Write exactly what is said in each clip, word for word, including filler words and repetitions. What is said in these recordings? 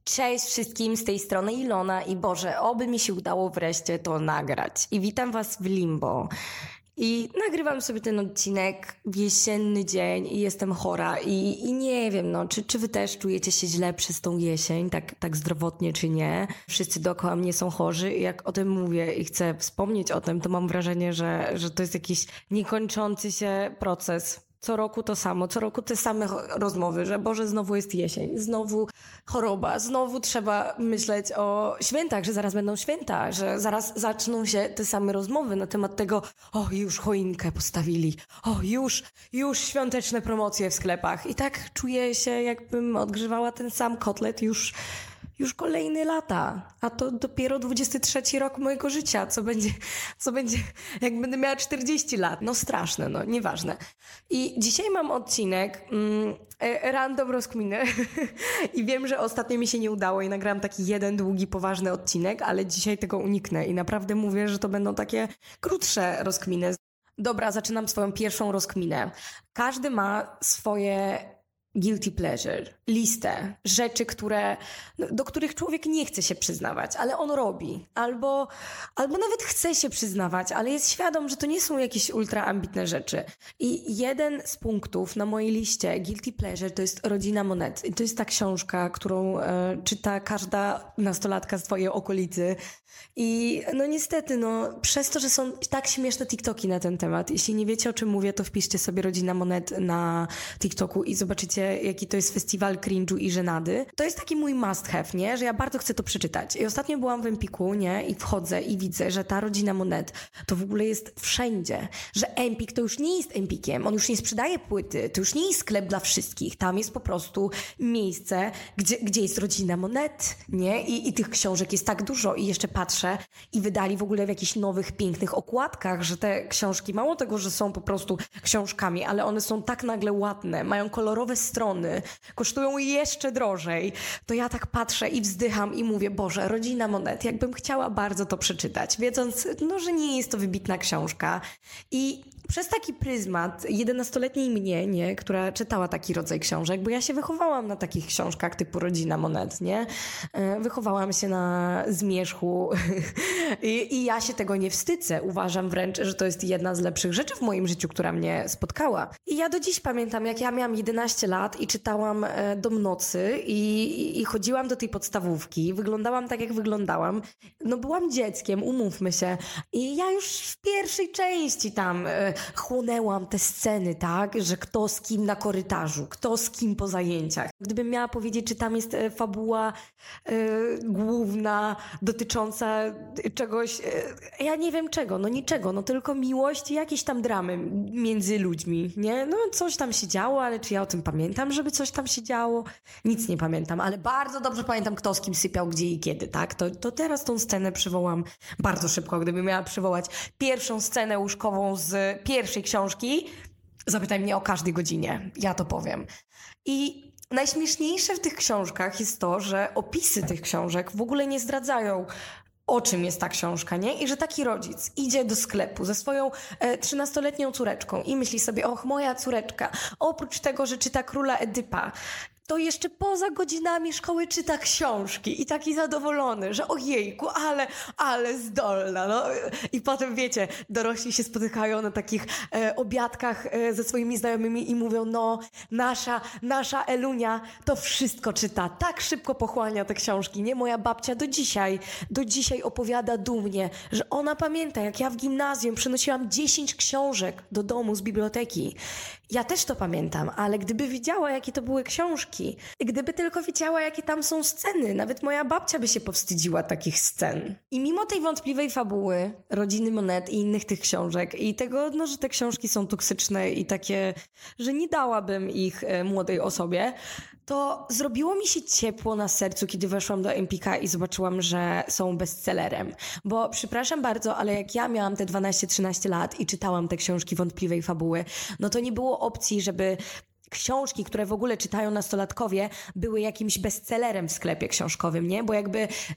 Cześć wszystkim, z tej strony Ilona i Boże, oby mi się udało wreszcie to nagrać. I witam was w Limbo. I nagrywam sobie ten odcinek w jesienny dzień i jestem chora i, i nie wiem, no, czy, czy wy też czujecie się źle przez tą jesień, tak, tak zdrowotnie czy nie. Wszyscy dookoła mnie są chorzy i jak o tym mówię i chcę wspomnieć o tym, to mam wrażenie, że, że to jest jakiś niekończący się proces. Co roku to samo, co roku te same rozmowy, że Boże, znowu jest jesień, znowu choroba, znowu trzeba myśleć o świętach, że zaraz będą święta, że zaraz zaczną się te same rozmowy na temat tego, o już choinkę postawili, o już, już świąteczne promocje w sklepach. I tak czuję się, jakbym odgrzewała ten sam kotlet już Już kolejne lata, a to dopiero dwudziesty trzeci rok mojego życia, co będzie, co będzie, jak będę miała czterdzieści lat. No straszne, no nieważne. I dzisiaj mam odcinek mm, random rozkminy i wiem, że ostatnio mi się nie udało i nagrałam taki jeden długi, poważny odcinek, ale dzisiaj tego uniknę i naprawdę mówię, że to będą takie krótsze rozkminy. Dobra, zaczynam swoją pierwszą rozkminę. Każdy ma swoje guilty pleasure, listę rzeczy, które, do których człowiek nie chce się przyznawać, ale on robi. Albo, albo nawet chce się przyznawać, ale jest świadom, że to nie są jakieś ultra ambitne rzeczy. I jeden z punktów na mojej liście guilty pleasure to jest Rodzina Monet. I to jest ta książka, którą e, czyta każda nastolatka z twojej okolicy. I no niestety, no przez to, że są tak śmieszne TikToki na ten temat, jeśli nie wiecie, o czym mówię, to wpiszcie sobie Rodzina Monet na TikToku i zobaczycie, jaki to jest festiwal cringe'u i żenady. To jest taki mój must have, nie? Że ja bardzo chcę to przeczytać. I ostatnio byłam w Empiku, nie? I wchodzę i widzę, że ta Rodzina Monet to w ogóle jest wszędzie. Że Empik to już nie jest Empikiem. On już nie sprzedaje płyty. To już nie jest sklep dla wszystkich. Tam jest po prostu miejsce, gdzie, gdzie jest Rodzina Monet, nie? I, I tych książek jest tak dużo. I jeszcze patrzę i wydali w ogóle w jakichś nowych, pięknych okładkach, że te książki, mało tego, że są po prostu książkami, ale one są tak nagle ładne, mają kolorowe strony, kosztują jeszcze drożej, to ja tak patrzę i wzdycham i mówię, Boże, Rodzina Monet, jakbym chciała bardzo to przeczytać, wiedząc, no, że nie jest to wybitna książka. I przez taki pryzmat jedenastoletniej mnie, nie, która czytała taki rodzaj książek, bo ja się wychowałam na takich książkach typu Rodzina Monet, nie? Wychowałam się na Zmierzchu I, i ja się tego nie wstydzę. Uważam wręcz, że to jest jedna z lepszych rzeczy w moim życiu, która mnie spotkała. I ja do dziś pamiętam, jak ja miałam jedenaście lat i czytałam Dom Nocy i, i chodziłam do tej podstawówki. Wyglądałam tak, jak wyglądałam. No byłam dzieckiem, umówmy się. I ja już w pierwszej części tam chłonęłam te sceny, tak? Że kto z kim na korytarzu, kto z kim po zajęciach. Gdybym miała powiedzieć, czy tam jest fabuła e, główna dotycząca czegoś, e, ja nie wiem czego, no niczego, no tylko miłość i jakieś tam dramy między ludźmi, nie? No coś tam się działo, ale czy ja o tym pamiętam, żeby coś tam się działo? Nic nie pamiętam, ale bardzo dobrze pamiętam, kto z kim sypiał, gdzie i kiedy, tak? To, to teraz tą scenę przywołam bardzo szybko. Gdybym miała przywołać pierwszą scenę łóżkową z pierwszej książki, zapytaj mnie o każdej godzinie, ja to powiem. I najśmieszniejsze w tych książkach jest to, że opisy tych książek w ogóle nie zdradzają, o czym jest ta książka, nie? I że taki rodzic idzie do sklepu ze swoją trzynastoletnią córeczką i myśli sobie, och, moja córeczka, oprócz tego, że czyta Króla Edypa, to jeszcze poza godzinami szkoły czyta książki i taki zadowolony, że ojejku, ale, ale zdolna, no. I potem, wiecie, dorośli się spotykają na takich e, obiadkach e, ze swoimi znajomymi i mówią, no, nasza, nasza Elunia to wszystko czyta, tak szybko pochłania te książki, nie? Moja babcia do dzisiaj, do dzisiaj opowiada dumnie, że ona pamięta, jak ja w gimnazjum przynosiłam dziesięć książek do domu z biblioteki. Ja też to pamiętam, ale gdyby wiedziała, jakie to były książki, gdyby tylko wiedziała, jakie tam są sceny, nawet moja babcia by się powstydziła takich scen. I mimo tej wątpliwej fabuły Rodziny Monet i innych tych książek i tego, no, że te książki są toksyczne i takie, że nie dałabym ich e, młodej osobie, to zrobiło mi się ciepło na sercu, kiedy weszłam do Empika i zobaczyłam, że są bestsellerem. Bo przepraszam bardzo, ale jak ja miałam te dwanaście trzynaście lat i czytałam te książki wątpliwej fabuły, no to nie było opcji, żeby książki, które w ogóle czytają nastolatkowie, były jakimś bestsellerem w sklepie książkowym, nie? Bo jakby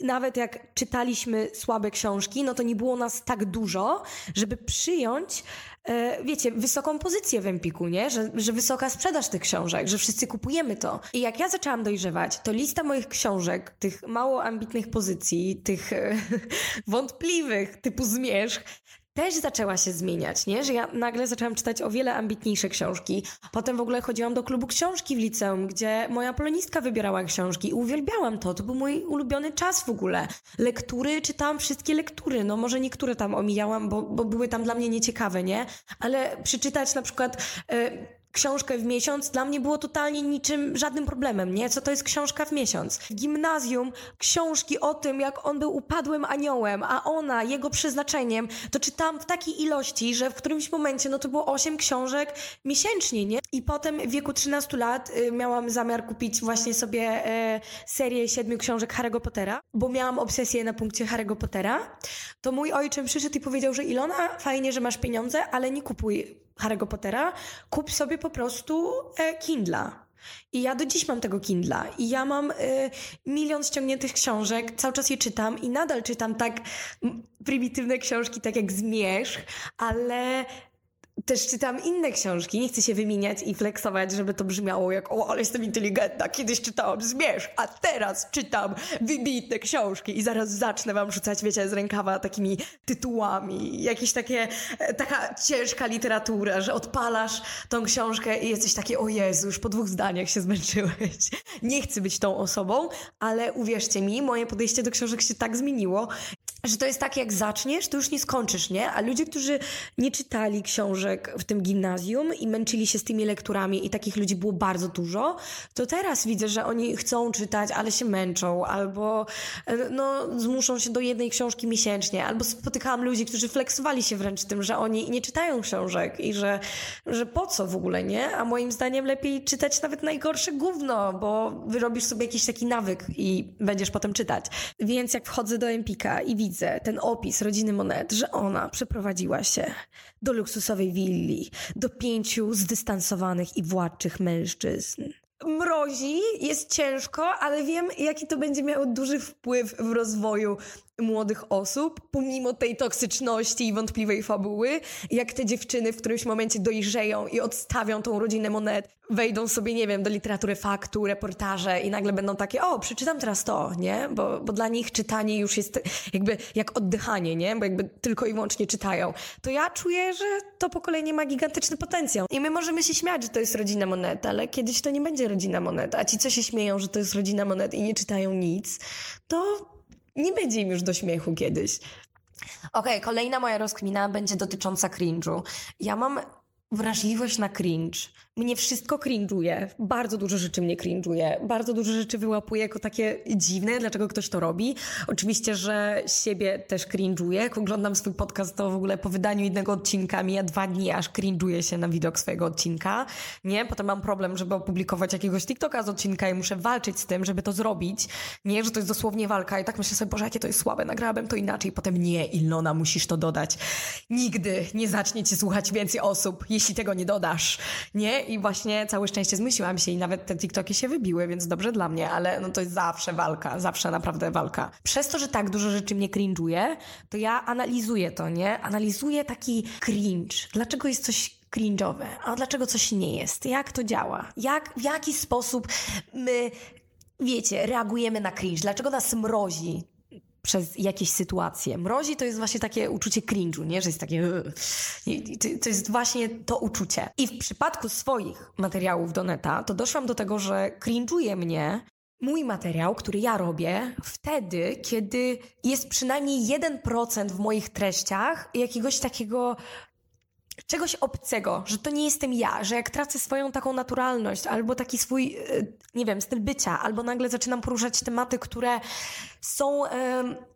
nawet jak czytaliśmy słabe książki, no to nie było nas tak dużo, żeby przyjąć, e, wiecie, wysoką pozycję w Empiku, nie? Że, że wysoka sprzedaż tych książek, że wszyscy kupujemy to. I jak ja zaczęłam dojrzewać, to lista moich książek, tych mało ambitnych pozycji, tych e, wątpliwych, typu Zmierzch, też zaczęła się zmieniać, nie? Że ja nagle zaczęłam czytać o wiele ambitniejsze książki. Potem w ogóle chodziłam do klubu książki w liceum, gdzie moja polonistka wybierała książki i uwielbiałam to. To był mój ulubiony czas w ogóle. Lektury, czytałam wszystkie lektury. No może niektóre tam omijałam, bo, bo były tam dla mnie nieciekawe, nie? Ale przeczytać na przykład... Yy, książkę w miesiąc dla mnie było totalnie niczym, żadnym problemem, nie? Co to jest książka w miesiąc? W gimnazjum książki o tym, jak on był upadłym aniołem, a ona, jego przeznaczeniem, to czytałam w takiej ilości, że w którymś momencie, no to było osiem książek miesięcznie, nie? I potem w wieku trzynastu lat y, miałam zamiar kupić właśnie sobie y, serię siedmiu książek Harry'ego Pottera, bo miałam obsesję na punkcie Harry'ego Pottera. To mój ojczym przyszedł i powiedział, że Ilona, fajnie, że masz pieniądze, ale nie kupuj Harry'ego Pottera, kup sobie po prostu e, Kindla. I ja do dziś mam tego Kindla. I ja mam e, milion ściągniętych książek, cały czas je czytam i nadal czytam tak m, prymitywne książki, tak jak Zmierzch, ale... Też czytam inne książki, nie chcę się wymieniać i flexować, żeby to brzmiało jak o, ale jestem inteligentna, kiedyś czytałam Zmierzch, a teraz czytam wybitne książki i zaraz zacznę wam rzucać, wiecie, z rękawa takimi tytułami, jakieś takie, taka ciężka literatura, że odpalasz tą książkę i jesteś takie, o Jezu, już po dwóch zdaniach się zmęczyłeś. Nie chcę być tą osobą, ale uwierzcie mi, moje podejście do książek się tak zmieniło, że to jest tak, jak zaczniesz, to już nie skończysz, nie? A ludzie, którzy nie czytali książek w tym gimnazjum i męczyli się z tymi lekturami i takich ludzi było bardzo dużo, to teraz widzę, że oni chcą czytać, ale się męczą, albo no, zmuszą się do jednej książki miesięcznie, albo spotykałam ludzi, którzy flexowali się wręcz tym, że oni nie czytają książek i że, że po co w ogóle, nie? A moim zdaniem lepiej czytać nawet najgorsze gówno, bo wyrobisz sobie jakiś taki nawyk i będziesz potem czytać. Więc jak wchodzę do Empika i widzę ten opis rodziny Monet, że ona przeprowadziła się do luksusowej willi, do pięciu zdystansowanych i władczych mężczyzn. Mrozi, jest ciężko, ale wiem, jaki to będzie miało duży wpływ w rozwoju młodych osób, pomimo tej toksyczności i wątpliwej fabuły, jak te dziewczyny w którymś momencie dojrzeją i odstawią tą rodzinę Monet, wejdą sobie, nie wiem, do literatury faktu, reportaże i nagle będą takie, o, przeczytam teraz to, nie? Bo, bo dla nich czytanie już jest jakby jak oddychanie, nie? Bo jakby tylko i wyłącznie czytają. To ja czuję, że to pokolenie ma gigantyczny potencjał. I my możemy się śmiać, że to jest rodzina Monet, ale kiedyś to nie będzie rodzina Monet. A ci, co się śmieją, że to jest rodzina Monet i nie czytają nic, to nie będzie im już do śmiechu kiedyś. Okej, okay, kolejna moja rozkmina będzie dotycząca cringe'u. Ja mam wrażliwość na cringe. Mnie wszystko cringe'uje. Bardzo dużo rzeczy mnie cringe'uje. Bardzo dużo rzeczy wyłapuję jako takie dziwne, dlaczego ktoś to robi. Oczywiście, że siebie też cringe'uję. Jak oglądam swój podcast, to w ogóle po wydaniu jednego odcinka mija dwa dni, aż cringe'uję się na widok swojego odcinka. Nie? Potem mam problem, żeby opublikować jakiegoś TikToka z odcinka i muszę walczyć z tym, żeby to zrobić. Nie? Że to jest dosłownie walka. I tak myślę sobie, Boże, jakie to jest słabe. Nagrałabym to inaczej. Potem nie, Ilona, musisz to dodać. Nigdy nie zacznie cię słuchać więcej osób, jeśli tego nie dodasz. Nie? I właśnie całe szczęście zmyśliłam się i nawet te TikToki się wybiły, więc dobrze dla mnie, ale no to jest zawsze walka, zawsze naprawdę walka. Przez to, że tak dużo rzeczy mnie cringe'uje, to ja analizuję to, nie? Analizuję taki cringe. Dlaczego jest coś cringe'owe? A dlaczego coś nie jest? Jak to działa? Jak, w jaki sposób my, wiecie, reagujemy na cringe? Dlaczego nas mrozi przez jakieś sytuacje? Mrozi to jest właśnie takie uczucie cringe'u, nie? Że jest takie... To jest właśnie to uczucie. I w przypadku swoich materiałów do neta, to doszłam do tego, że cringe'uje mnie mój materiał, który ja robię wtedy, kiedy jest przynajmniej jeden procent w moich treściach jakiegoś takiego... czegoś obcego, że to nie jestem ja, że jak tracę swoją taką naturalność albo taki swój, nie wiem, styl bycia, albo nagle zaczynam poruszać tematy, które są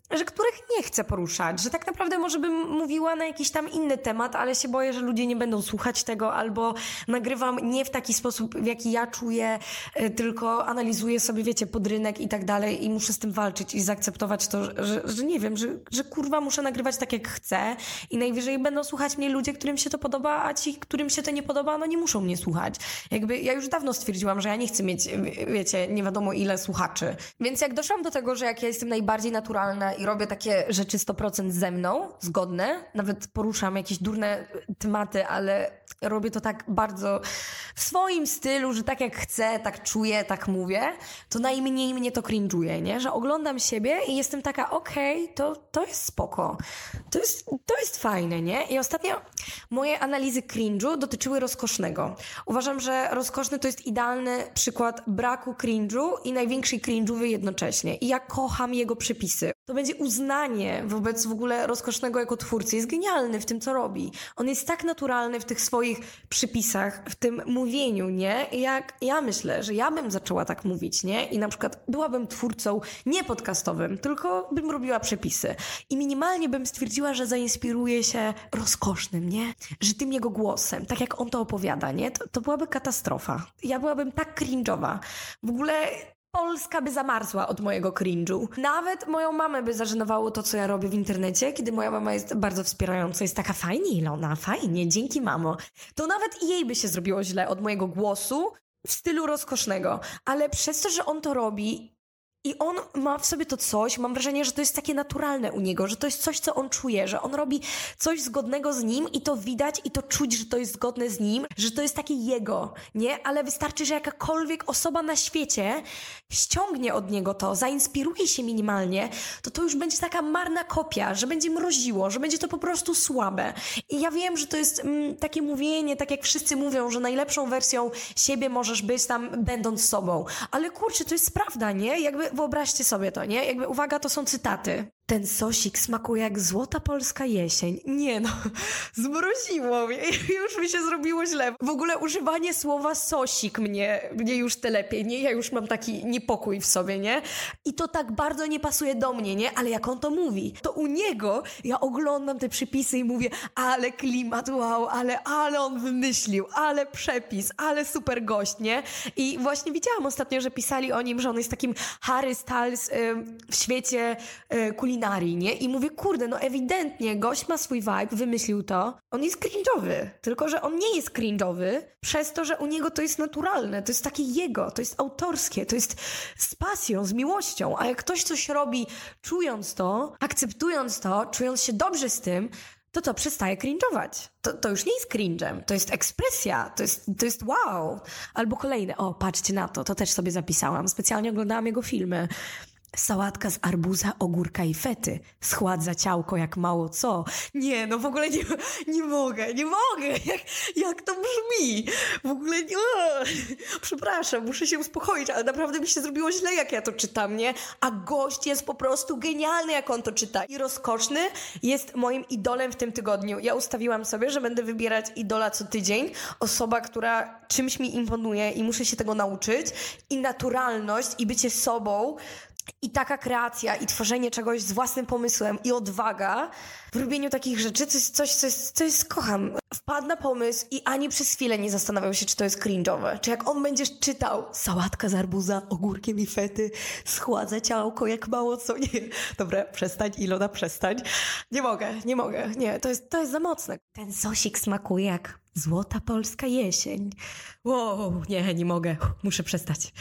że których nie chcę poruszać, że tak naprawdę może bym mówiła na jakiś tam inny temat, ale się boję, że ludzie nie będą słuchać tego, albo nagrywam nie w taki sposób, w jaki ja czuję, tylko analizuję sobie, wiecie, podrynek i tak dalej i muszę z tym walczyć i zaakceptować to, że, że nie wiem, że, że kurwa muszę nagrywać tak jak chcę i najwyżej będą słuchać mnie ludzie, którym się to podoba, a ci, którym się to nie podoba, no nie muszą mnie słuchać. Jakby ja już dawno stwierdziłam, że ja nie chcę mieć, wiecie, nie wiadomo ile słuchaczy. Więc jak doszłam do tego, że jak ja jestem najbardziej naturalna i robię takie rzeczy sto procent ze mną, zgodne, nawet poruszam jakieś durne tematy, ale robię to tak bardzo w swoim stylu, że tak jak chcę, tak czuję, tak mówię, to najmniej mnie to cringe'uje, nie? Że oglądam siebie i jestem taka, okej, okay, to, to jest spoko. To jest, to jest fajne, nie? I ostatnio moje analizy cringe'u dotyczyły rozkosznego. Uważam, że rozkoszny to jest idealny przykład braku cringe'u i największej cringe'ówy jednocześnie. I ja kocham jego przepisy. To będzie uznanie wobec w ogóle rozkosznego jako twórcy. Jest genialny w tym, co robi. On jest tak naturalny w tych swoich przypisach, w tym mówieniu, nie? Jak ja myślę, że ja bym zaczęła tak mówić, nie? I na przykład byłabym twórcą nie podcastowym, tylko bym robiła przepisy. I minimalnie bym stwierdziła, że zainspiruję się rozkosznym, nie? Że tym jego głosem, tak jak on to opowiada, nie? To, to byłaby katastrofa. Ja byłabym tak cringe'owa. W ogóle Polska by zamarzła od mojego cringe'u. Nawet moją mamę by zażenowało to, co ja robię w internecie, kiedy moja mama jest bardzo wspierająca. Jest taka, fajnie Ilona, fajnie, dzięki mamo. To nawet jej by się zrobiło źle od mojego głosu w stylu rozkosznego. Ale przez to, że on to robi i on ma w sobie to coś, mam wrażenie, że to jest takie naturalne u niego, że to jest coś, co on czuje, że on robi coś zgodnego z nim i to widać i to czuć, że to jest zgodne z nim, że to jest takie jego, nie? Ale wystarczy, że jakakolwiek osoba na świecie ściągnie od niego to, zainspiruje się minimalnie, to to już będzie taka marna kopia, że będzie mroziło, że będzie to po prostu słabe. I ja wiem, że to jest mm, takie mówienie, tak jak wszyscy mówią, że najlepszą wersją siebie możesz być tam będąc sobą. Ale kurczę, to jest prawda, nie? Jakby wyobraźcie sobie to, nie? Jakby, uwaga, to są cytaty. Ten sosik smakuje jak złota polska jesień. Nie no, zmroziło mnie. Już mi się zrobiło źle. W ogóle używanie słowa sosik mnie, mnie już telepie, nie? Ja już mam taki niepokój w sobie, nie? I to tak bardzo nie pasuje do mnie, nie? Ale jak on to mówi, to u niego ja oglądam te przepisy i mówię, ale klimat, wow, ale, ale on wymyślił, ale przepis, ale super gość, nie? I właśnie widziałam ostatnio, że pisali o nim, że on jest takim Harry Styles y, w świecie y, kulinarii, nie? I mówię, kurde, no ewidentnie gość ma swój vibe, wymyślił to. On jest cringe'owy, tylko że on nie jest cringe'owy przez to, że u niego to jest naturalne, to jest takie jego, to jest autorskie, to jest z pasją, z miłością. A jak ktoś coś robi czując to, akceptując to, czując się dobrze z tym, to to przestaje cringe'ować. To, to już nie jest cringe'em, to jest ekspresja, to jest, to jest wow. Albo kolejne, o patrzcie na to, to też sobie zapisałam, specjalnie oglądałam jego filmy. Sałatka z arbuza, ogórka i fety. Schładza ciałko jak mało co. Nie, no w ogóle nie, nie mogę, nie mogę. Jak, jak to brzmi? W ogóle nie... O, przepraszam, muszę się uspokoić, ale naprawdę mi się zrobiło źle, jak ja to czytam, nie? A gość jest po prostu genialny, jak on to czyta. I rozkoszny jest moim idolem w tym tygodniu. Ja ustawiłam sobie, że będę wybierać idola co tydzień. Osoba, która czymś mi imponuje i muszę się tego nauczyć. I naturalność, i bycie sobą... I taka kreacja i tworzenie czegoś z własnym pomysłem i odwaga w robieniu takich rzeczy, to jest coś, co jest, co jest kocham. Wpadł na pomysł i ani przez chwilę nie zastanawiał się, czy to jest cringe'owe. Czy jak on będzie czytał sałatka z arbuza, ogórkiem i fety, schładza ciałko jak mało co. Nie. Dobra, przestań Ilona, przestań. Nie mogę, nie mogę. Nie, to jest, to jest za mocne. Ten sosik smakuje jak złota polska jesień. Wow, nie, nie mogę. Muszę przestać.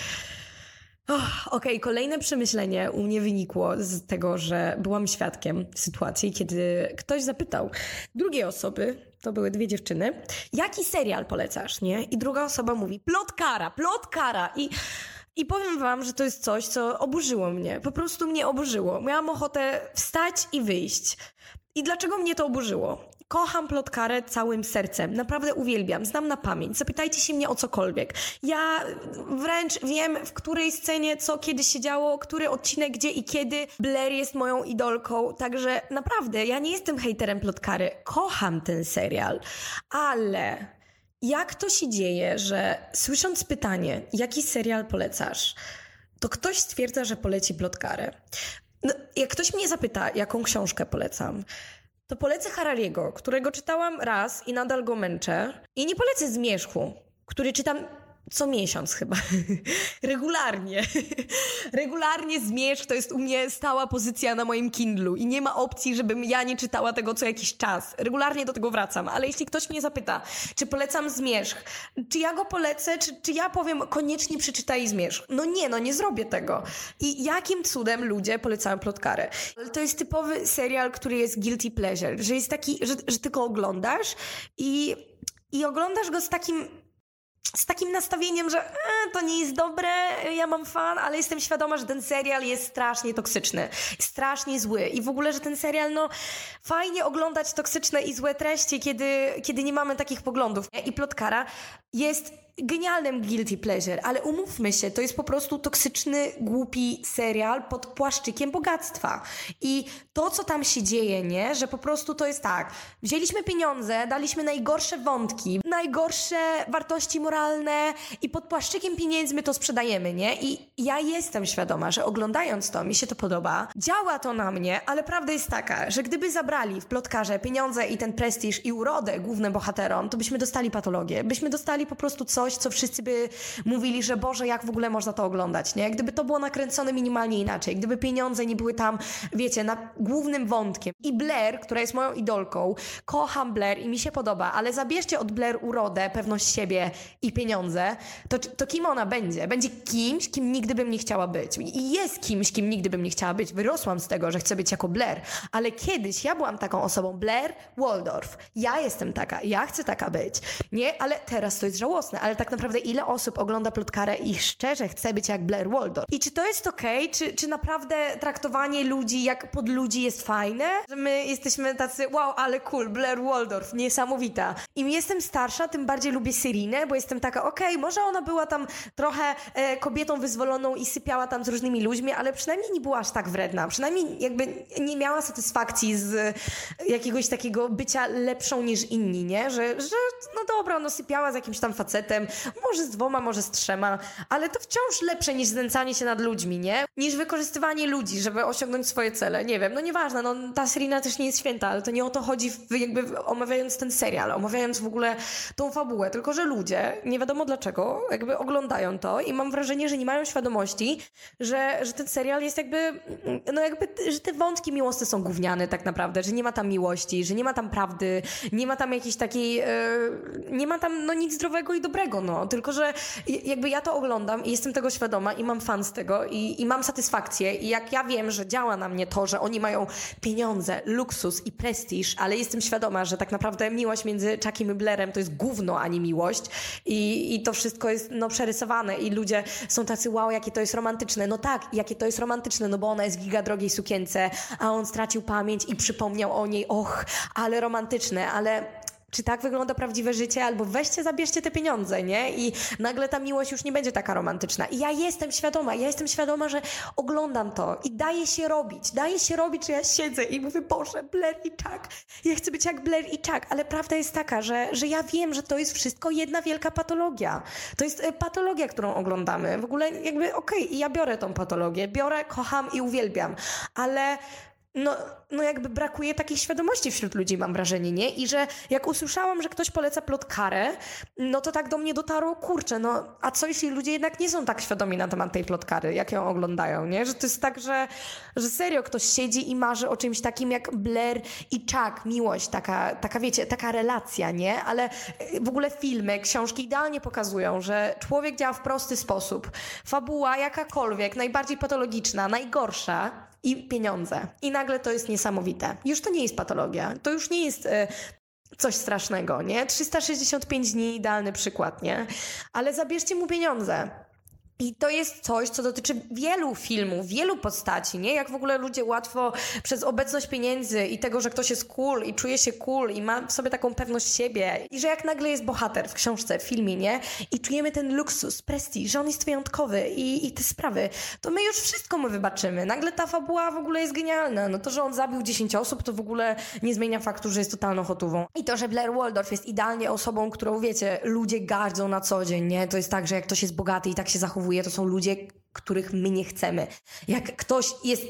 Oh, Okej, okay. Kolejne przemyślenie u mnie wynikło z tego, że byłam świadkiem sytuacji, kiedy ktoś zapytał drugiej osoby, to były dwie dziewczyny, jaki serial polecasz, nie? I druga osoba mówi, plotkara, plotkara. I, I powiem wam, że to jest coś, co oburzyło mnie. Po prostu mnie oburzyło. Miałam ochotę wstać i wyjść. I dlaczego mnie to oburzyło? Kocham plotkarę całym sercem. Naprawdę uwielbiam. Znam na pamięć. Zapytajcie się mnie o cokolwiek. Ja wręcz wiem, w której scenie co kiedy się działo, który odcinek gdzie i kiedy. Blair jest moją idolką. Także naprawdę, ja nie jestem hejterem plotkary. Kocham ten serial. Ale jak to się dzieje, że słysząc pytanie, jaki serial polecasz, to ktoś stwierdza, że poleci plotkarę. No, jak ktoś mnie zapyta, jaką książkę polecam, to polecę Harariego, którego czytałam raz i nadal go męczę. I nie polecę Zmierzchu, który czytam co miesiąc chyba. Regularnie. Regularnie Zmierzch to jest u mnie stała pozycja na moim Kindlu i nie ma opcji, żebym ja nie czytała tego co jakiś czas. Regularnie do tego wracam, ale jeśli ktoś mnie zapyta, czy polecam Zmierzch, czy ja go polecę, czy, czy ja powiem koniecznie przeczytaj Zmierzch. No nie, no nie zrobię tego. I jakim cudem ludzie polecają Plotkarę? To jest typowy serial, który jest guilty pleasure, że jest taki, że, że ty go oglądasz i, i oglądasz go z takim z takim nastawieniem, że e, to nie jest dobre, ja mam fan, ale jestem świadoma, że ten serial jest strasznie toksyczny, strasznie zły i w ogóle, że ten serial, no fajnie oglądać toksyczne i złe treści, kiedy, kiedy nie mamy takich poglądów. I Plotkara jest genialnym guilty pleasure, ale umówmy się, to jest po prostu toksyczny, głupi serial pod płaszczykiem bogactwa. I to, co tam się dzieje, nie? Że po prostu to jest tak, wzięliśmy pieniądze, daliśmy najgorsze wątki, najgorsze wartości moralne i pod płaszczykiem pieniędzy my to sprzedajemy, nie? I ja jestem świadoma, że oglądając to, mi się to podoba, działa to na mnie, ale prawda jest taka, że gdyby zabrali w Plotkarze pieniądze i ten prestiż i urodę głównym bohaterom, to byśmy dostali patologię, byśmy dostali po prostu coś, co wszyscy by mówili, że Boże, jak w ogóle można to oglądać, nie? Gdyby to było nakręcone minimalnie inaczej, gdyby pieniądze nie były tam, wiecie, na głównym wątkiem. I Blair, która jest moją idolką, kocham Blair i mi się podoba, ale zabierzcie od Blair urodę, pewność siebie i pieniądze, to, to kim ona będzie? Będzie kimś, kim nigdy bym nie chciała być. I jest kimś, kim nigdy bym nie chciała być. Wyrosłam z tego, że chcę być jako Blair, ale kiedyś ja byłam taką osobą, Blair Waldorf. Ja jestem taka, ja chcę taka być. Nie, ale teraz to jest żałosne, ale tak naprawdę ile osób ogląda Plotkarę i szczerze chce być jak Blair Waldorf? I czy to jest okej? Okay? Czy, czy naprawdę traktowanie ludzi jak pod ludzi jest fajne? Że my jesteśmy tacy, wow, ale cool, Blair Waldorf, niesamowita. Im jestem starsza, tym bardziej lubię Syrinę, bo jestem taka, okej, okay, może ona była tam trochę e, kobietą wyzwoloną i sypiała tam z różnymi ludźmi, ale przynajmniej nie była aż tak wredna. Przynajmniej jakby nie miała satysfakcji z jakiegoś takiego bycia lepszą niż inni, nie? Że, że no dobra, no sypiała z jakimś tam facetem, może z dwoma, może z trzema, ale to wciąż lepsze niż znęcanie się nad ludźmi, nie? Niż wykorzystywanie ludzi, żeby osiągnąć swoje cele. Nie wiem, no nieważne, no ta Syrina też nie jest święta, ale to nie o to chodzi w, jakby omawiając ten serial, omawiając w ogóle tą fabułę, tylko że ludzie, nie wiadomo dlaczego, jakby oglądają to i mam wrażenie, że nie mają świadomości, że, że ten serial jest jakby, no jakby, że te wątki miłosne są gówniane tak naprawdę, że nie ma tam miłości, że nie ma tam prawdy, nie ma tam jakiejś takiej, yy, nie ma tam no nic zdrowego i dobrego, no, tylko że jakby ja to oglądam i jestem tego świadoma i mam fan z tego i, i mam satysfakcję i jak ja wiem, że działa na mnie to, że oni mają pieniądze, luksus i prestiż, ale jestem świadoma, że tak naprawdę miłość między Chuckiem i Blairem to jest gówno, a nie miłość i, i to wszystko jest no przerysowane i ludzie są tacy, wow, jakie to jest romantyczne. No tak, jakie to jest romantyczne, no bo ona jest w giga drogiej sukience, a on stracił pamięć i przypomniał o niej, och, ale romantyczne, ale czy tak wygląda prawdziwe życie? Albo weźcie, zabierzcie te pieniądze, nie? I nagle ta miłość już nie będzie taka romantyczna. I ja jestem świadoma, ja jestem świadoma, że oglądam to i daje się robić. Daje się robić, że ja siedzę i mówię, Boże, Blair i Chuck. Ja chcę być jak Blair i Chuck. Ale prawda jest taka, że, że ja wiem, że to jest wszystko jedna wielka patologia. To jest patologia, którą oglądamy. W ogóle jakby okej, okay, ja biorę tą patologię. Biorę, kocham i uwielbiam. Ale No, no jakby brakuje takiej świadomości wśród ludzi, mam wrażenie, nie? I że jak usłyszałam, że ktoś poleca Plotkarę, no to tak do mnie dotarło, kurczę, no a co jeśli ludzie jednak nie są tak świadomi na temat tej Plotkary, jak ją oglądają, nie? Że to jest tak, że, że serio ktoś siedzi i marzy o czymś takim jak Blair i Chuck, miłość, taka, taka wiecie, taka relacja, nie? Ale w ogóle filmy, książki idealnie pokazują, że człowiek działa w prosty sposób. Fabuła jakakolwiek, najbardziej patologiczna, najgorsza, i pieniądze. I nagle to jest niesamowite. Już to nie jest patologia. To już nie jest y, coś strasznego, nie? trzysta sześćdziesiąt pięć dni, idealny przykład, nie? Ale zabierzcie mu pieniądze. I to jest coś, co dotyczy wielu filmów, wielu postaci, nie? Jak w ogóle ludzie łatwo przez obecność pieniędzy i tego, że ktoś jest cool i czuje się cool i ma w sobie taką pewność siebie i że jak nagle jest bohater w książce, w filmie, nie? I czujemy ten luksus, prestiż, że on jest wyjątkowy i, i te sprawy, to my już wszystko mu wybaczymy. Nagle ta fabuła w ogóle jest genialna. No to, że on zabił dziesięć osób, to w ogóle nie zmienia faktu, że jest totalną hotową. I to, że Blair Waldorf jest idealnie osobą, którą, wiecie, ludzie gardzą na co dzień, nie? To jest tak, że jak ktoś jest bogaty i tak się zachowuje, to są ludzie, których my nie chcemy. Jak ktoś jest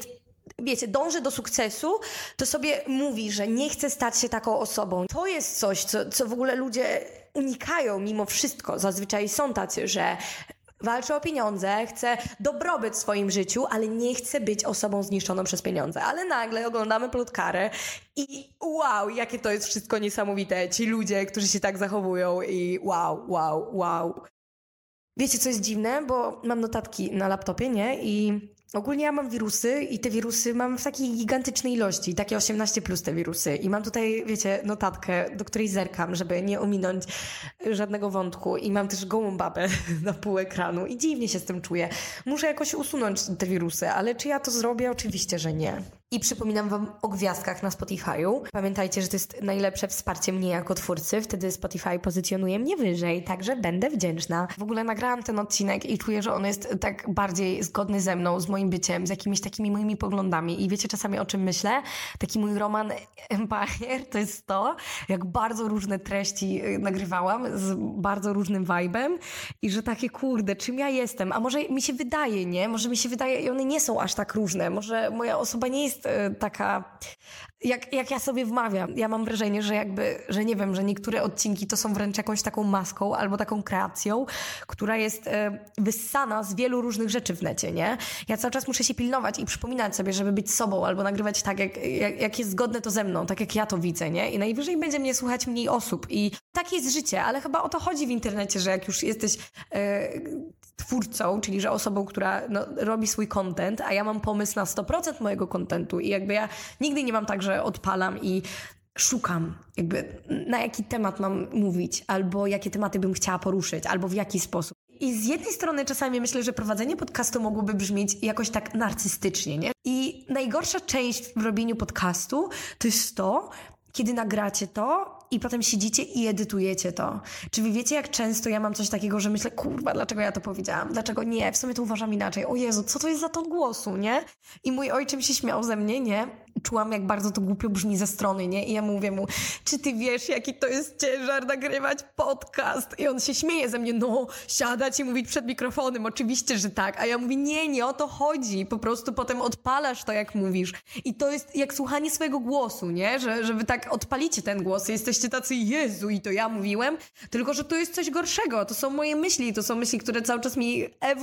wiecie, dąży do sukcesu, to sobie mówi, że nie chce stać się taką osobą. To jest coś, co, co w ogóle ludzie unikają mimo wszystko. Zazwyczaj są tacy, że walczy o pieniądze, chce dobrobyt w swoim życiu, ale nie chce być osobą zniszczoną przez pieniądze. Ale nagle oglądamy Plotkarę i wow, jakie to jest wszystko niesamowite. Ci ludzie, którzy się tak zachowują i wow, wow, wow. Wiecie, co jest dziwne? Bo mam notatki na laptopie, nie? I ogólnie ja mam wirusy i te wirusy mam w takiej gigantycznej ilości, takie osiemnaście plus te wirusy. I mam tutaj, wiecie, notatkę, do której zerkam, żeby nie ominąć żadnego wątku. I mam też gołą babę na pół ekranu i dziwnie się z tym czuję. Muszę jakoś usunąć te wirusy, ale czy ja to zrobię? Oczywiście, że nie. I przypominam wam o gwiazdkach na Spotify'u. Pamiętajcie, że to jest najlepsze wsparcie mnie jako twórcy. Wtedy Spotify pozycjonuje mnie wyżej, także będę wdzięczna. W ogóle nagrałam ten odcinek i czuję, że on jest tak bardziej zgodny ze mną, z moim byciem, z jakimiś takimi moimi poglądami. I wiecie czasami, o czym myślę? Taki mój roman Empire to jest to, jak bardzo różne treści nagrywałam z bardzo różnym vibe'em i że takie, kurde, czym ja jestem? A może mi się wydaje, nie? Może mi się wydaje i one nie są aż tak różne. Może moja osoba nie jest taka, jak, jak ja sobie wmawiam. Ja mam wrażenie, że jakby, że nie wiem, że niektóre odcinki to są wręcz jakąś taką maską albo taką kreacją, która jest e, wyssana z wielu różnych rzeczy w necie, nie? Ja cały czas muszę się pilnować i przypominać sobie, żeby być sobą albo nagrywać tak, jak, jak, jak jest zgodne to ze mną, tak jak ja to widzę, nie? I najwyżej będzie mnie słuchać mniej osób i takie jest życie, ale chyba o to chodzi w internecie, że jak już jesteś e, twórcą, czyli że osobą, która no, robi swój content, a ja mam pomysł na sto procent mojego contentu i jakby ja nigdy nie mam tak, że odpalam i szukam jakby na jaki temat mam mówić, albo jakie tematy bym chciała poruszyć, albo w jaki sposób. I z jednej strony czasami myślę, że prowadzenie podcastu mogłoby brzmieć jakoś tak narcystycznie, nie? I najgorsza część w robieniu podcastu to jest to, kiedy nagracie to i potem siedzicie i edytujecie to. Czy wy wiecie, jak często ja mam coś takiego, że myślę, kurwa, dlaczego ja to powiedziałam? Dlaczego nie? W sumie to uważam inaczej. O Jezu, co to jest za ton głosu, nie? I mój ojczym się śmiał ze mnie, nie? Czułam, jak bardzo to głupio brzmi ze strony, nie? I ja mówię mu, czy ty wiesz, jaki to jest ciężar nagrywać podcast? I on się śmieje ze mnie, no, siadać i mówić przed mikrofonem, oczywiście, że tak. A ja mówię, nie, nie o to chodzi. Po prostu potem odpalasz to, jak mówisz. I to jest jak słuchanie swojego głosu, nie? Że, że wy tak odpalicie ten głos i jesteście tacy, Jezu, i to ja mówiłem. Tylko, że to jest coś gorszego. To są moje myśli, to są myśli, które cały czas mi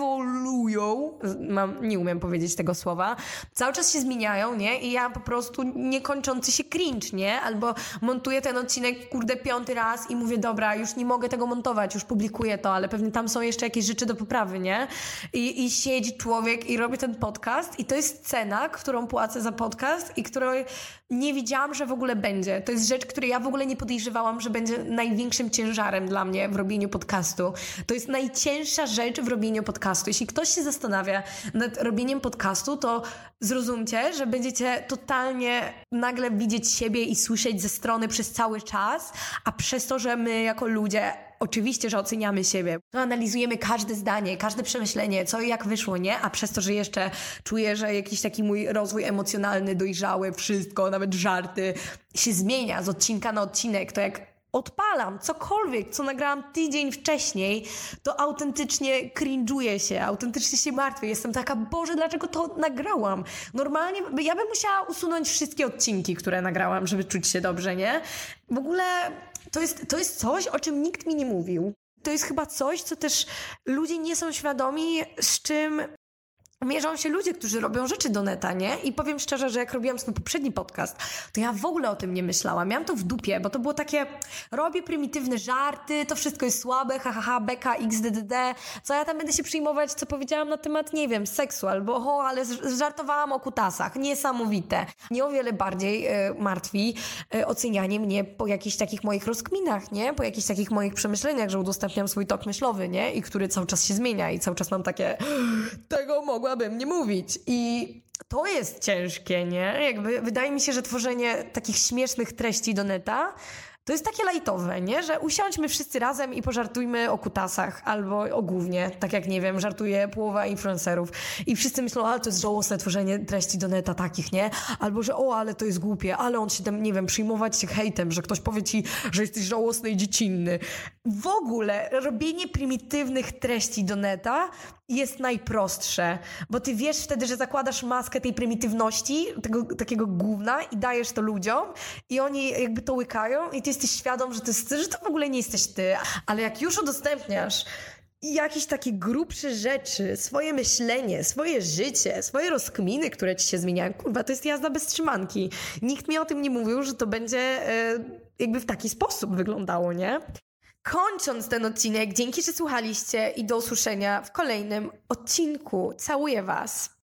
ewoluują. Mam, nie umiem powiedzieć tego słowa. Cały czas się zmieniają, nie? I ja po prostu niekończący się cringe, nie? Albo montuję ten odcinek, kurde, piąty raz i mówię, dobra, już nie mogę tego montować, już publikuję to, ale pewnie tam są jeszcze jakieś rzeczy do poprawy, nie? I, i siedzi człowiek i robi ten podcast i to jest cena, którą płacę za podcast i której nie wiedziałam, że w ogóle będzie. To jest rzecz, której ja w ogóle nie podejrzewałam, że będzie największym ciężarem dla mnie w robieniu podcastu. To jest najcięższa rzecz w robieniu podcastu. Jeśli ktoś się zastanawia nad robieniem podcastu, to zrozumcie, że będziecie totalnie nagle widzieć siebie i słyszeć ze strony przez cały czas, a przez to, że my jako ludzie oczywiście, że oceniamy siebie, to analizujemy każde zdanie, każde przemyślenie, co i jak wyszło, nie? A przez to, że jeszcze czuję, że jakiś taki mój rozwój emocjonalny, dojrzały, wszystko, nawet żarty się zmienia z odcinka na odcinek, to jak odpalam cokolwiek, co nagrałam tydzień wcześniej, to autentycznie cringe'uję się, autentycznie się martwię. Jestem taka, Boże, dlaczego to nagrałam? Normalnie ja bym musiała usunąć wszystkie odcinki, które nagrałam, żeby czuć się dobrze, nie? W ogóle to jest, to jest coś, o czym nikt mi nie mówił. To jest chyba coś, co też ludzie nie są świadomi, z czym mierzą się ludzie, którzy robią rzeczy do neta, nie? I powiem szczerze, że jak robiłam swój poprzedni podcast, to ja w ogóle o tym nie myślałam. Miałam to w dupie, bo to było takie, robię prymitywne żarty, to wszystko jest słabe, ha, ha, ha, beka, x, d, d, d. Co ja tam będę się przyjmować, co powiedziałam na temat, nie wiem, seksu, albo o, ale żartowałam o kutasach. Niesamowite. Nie o wiele bardziej y, martwi y, ocenianie mnie po jakichś takich moich rozkminach, nie? Po jakichś takich moich przemyśleniach, że udostępniam swój tok myślowy, nie? I który cały czas się zmienia i cały czas mam takie, tego mogłabym nie mówić. I to jest ciężkie, nie? Jakby wydaje mi się, że tworzenie takich śmiesznych treści do neta to jest takie lajtowe, nie? Że usiądźmy wszyscy razem i pożartujmy o kutasach albo o gównie, tak jak, nie wiem, żartuje połowa influencerów i wszyscy myślą, ale to jest żałosne tworzenie treści do neta takich, nie? Albo, że o, ale to jest głupie, ale on się tam, nie wiem, przyjmować się hejtem, że ktoś powie ci, że jesteś żałosny i dziecinny. W ogóle robienie prymitywnych treści do neta jest najprostsze, bo ty wiesz wtedy, że zakładasz maskę tej prymitywności, tego takiego gówna i dajesz to ludziom i oni jakby to łykają i ty jesteś świadom, że to, jest, że to w ogóle nie jesteś ty. Ale jak już udostępniasz jakieś takie grubsze rzeczy, swoje myślenie, swoje życie, swoje rozkminy, które ci się zmieniają, kurwa, to jest jazda bez trzymanki. Nikt mi o tym nie mówił, że to będzie e, jakby w taki sposób wyglądało, nie? Kończąc ten odcinek, dzięki, że słuchaliście i do usłyszenia w kolejnym odcinku. Całuję was.